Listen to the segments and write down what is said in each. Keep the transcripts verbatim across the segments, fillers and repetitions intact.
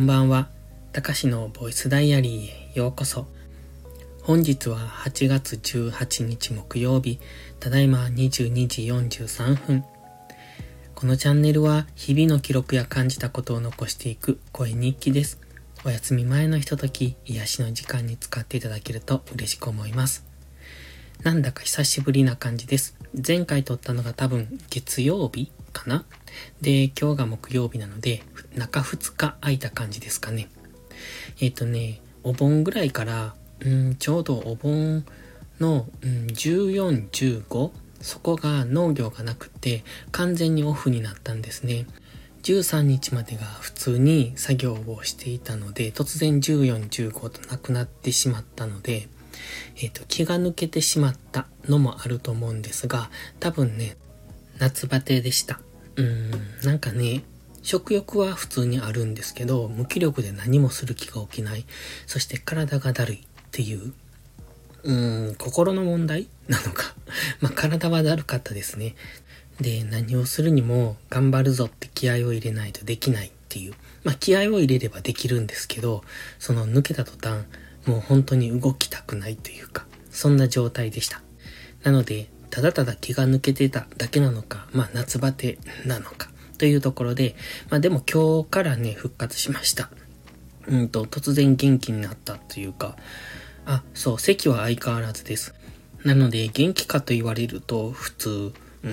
んばんは。たかしのボイスダイアリーへようこそ。本日ははちがつじゅうはちにち木曜日、ただいまにじゅうにじよんじゅうさんぷん。このチャンネルは日々の記録や感じたことを残していく声日記です。お休み前のひととき、癒しの時間に使っていただけると嬉しく思います。なんだか久しぶりな感じです。前回撮ったのが多分月曜日かなで、今日が木曜日なので、中ふつか空いた感じですかね。えっとね、お盆ぐらいから、うん、ちょうどお盆の、うん、じゅうよん、じゅうご、そこが農業がなくて完全にオフになったんですね。じゅうさんにちまでが普通に作業をしていたので、突然じゅうよん、じゅうごとなくなってしまったので、えっと、気が抜けてしまったのもあると思うんですが、多分ね、夏バテでした。うーん、なんかね、食欲は普通にあるんですけど、無気力で何もする気が起きない。そして体がだるいっていう、うーん、心の問題なのか。まあ、体はだるかったですね。で、何をするにも頑張るぞって気合を入れないとできないっていう。まあ、気合を入れればできるんですけど、その抜けた途端、もう本当に動きたくないというか、そんな状態でした。なので、ただただ気が抜けてただけなのか、まあ夏バテなのかというところで、まあでも今日からね、復活しました。うんと、突然元気になったというか、あ、そう、咳は相変わらずです。なので、元気かと言われると普通、うん、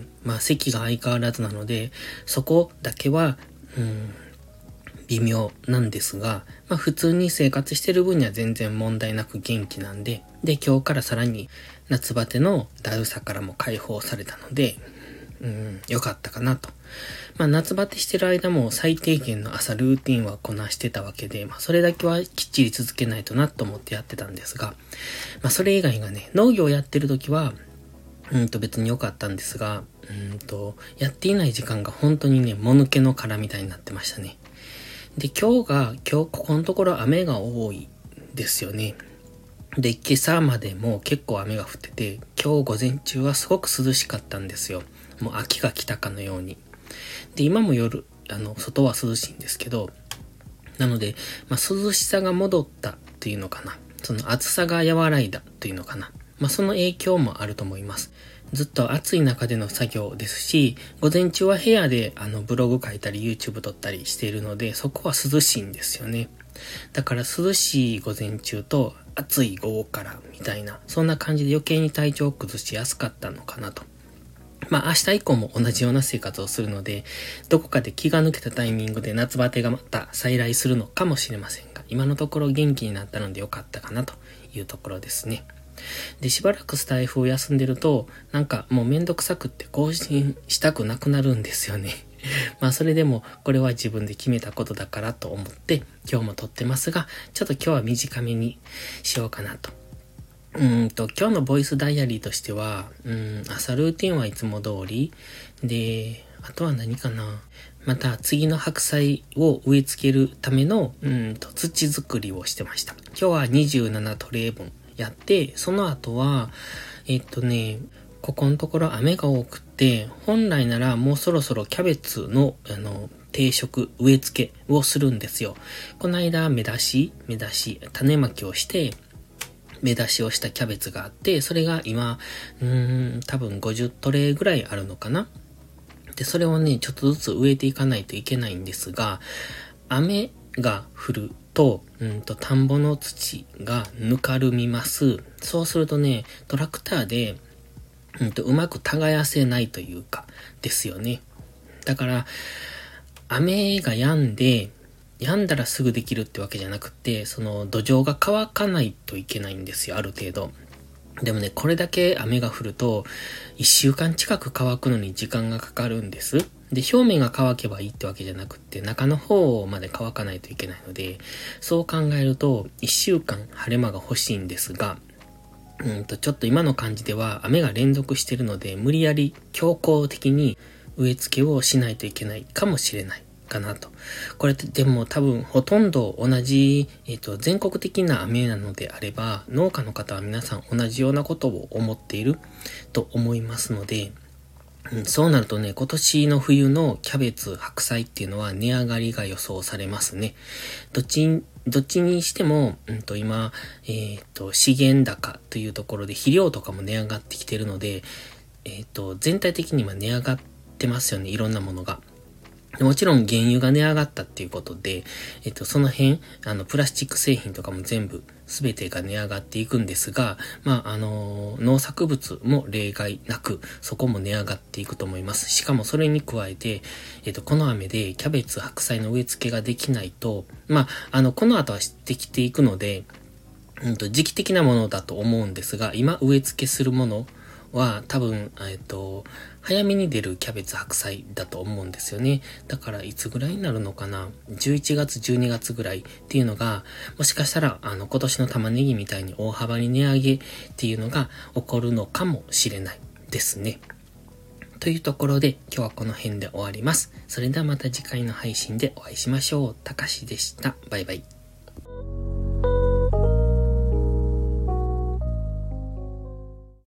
まあ咳が相変わらずなので、そこだけは、うん、微妙なんですが、まあ普通に生活してる分には全然問題なく元気なんで、で、今日からさらに夏バテのだるさからも解放されたので、うん、よかったかなと。まあ夏バテしてる間も最低限の朝ルーティンはこなしてたわけで、まあそれだけはきっちり続けないとなと思ってやってたんですが、まあそれ以外がね、農業やってる時は、うんと別に良かったんですが、うんと、やっていない時間が本当にね、もぬけの殻みたいになってましたね。で、今日が、今日ここのところ雨が多いですよね。で、今朝までも結構雨が降ってて、今日午前中はすごく涼しかったんですよ。もう秋が来たかのように。で、今も夜、あの、外は涼しいんですけど、なので、まあ、涼しさが戻ったっていうのかな。その暑さが和らいだっていうのかな。まあ、その影響もあると思います。ずっと暑い中での作業ですし、午前中は部屋であのブログ書いたり YouTube 撮ったりしているので、そこは涼しいんですよね。だから涼しい午前中と暑い午後からみたいな、そんな感じで余計に体調を崩しやすかったのかなと。まあ明日以降も同じような生活をするので、どこかで気が抜けたタイミングで夏バテがまた再来するのかもしれませんが、今のところ元気になったのでよかったかなというところですね。で、しばらくスタイフを休んでると、なんかもうめんどくさくって更新したくなくなるんですよね。まあそれでもこれは自分で決めたことだからと思って今日も撮ってますが、ちょっと今日は短めにしようかなと。うーんと、今日のボイスダイアリーとしては、うん、朝ルーティンはいつも通り。で、あとは何かな。また次の白菜を植え付けるための、うんと、土作りをしてました。今日はにじゅうななトレイ分やって、その後は、えっとね、ここのところ雨が多くて、本来ならもうそろそろキャベツの、あの、定食、植え付けをするんですよ。この間、芽出し、芽出し、種まきをして、芽出しをしたキャベツがあって、それが今、うーん、多分ごじゅうトレイぐらいあるのかな。で、それをね、ちょっとずつ植えていかないといけないんですが、雨が降ると、うんと、田んぼの土がぬかるみます。そうするとね、トラクターで、うんと、うまく耕せないというか、ですよね。だから、雨が止んで、止んだらすぐできるってわけじゃなくて、その土壌が乾かないといけないんですよ、ある程度。でもね、これだけ雨が降ると、一週間近く乾くのに時間がかかるんです。で、表面が乾けばいいってわけじゃなくって、中の方まで乾かないといけないので、そう考えると、一週間晴れ間が欲しいんですが、うんと、ちょっと今の感じでは雨が連続してるので、無理やり強行的に植え付けをしないといけないかもしれない。かなと。これってでも多分ほとんど同じ、えっと、全国的な雨なのであれば、農家の方は皆さん同じようなことを思っていると思いますので、 うん、そうなるとね、今年の冬のキャベツ、白菜っていうのは値上がりが予想されますね。どっち、どっちにしても、うんと今、えっと、資源高というところで肥料とかも値上がってきてるので、えっと、全体的に今値上がってますよね、いろんなものが。もちろん原油が値上がったっていうことで、えっと、その辺、あの、プラスチック製品とかも全部、すべてが値上がっていくんですが、まあ、あの、農作物も例外なく、そこも値上がっていくと思います。しかもそれに加えて、えっと、この雨でキャベツ、白菜の植え付けができないと、まあ、あの、この後はできていくので、うんと、時期的なものだと思うんですが、今植え付けするものは多分、えっと、早めに出るキャベツ白菜だと思うんですよね。だからいつぐらいになるのかな ?じゅういちがつ、じゅうにがつぐらいっていうのが、もしかしたら、あの、今年の玉ねぎみたいに大幅に値上げっていうのが起こるのかもしれないですね。というところで、今日はこの辺で終わります。それではまた次回の配信でお会いしましょう。たかしでした。バイバイ。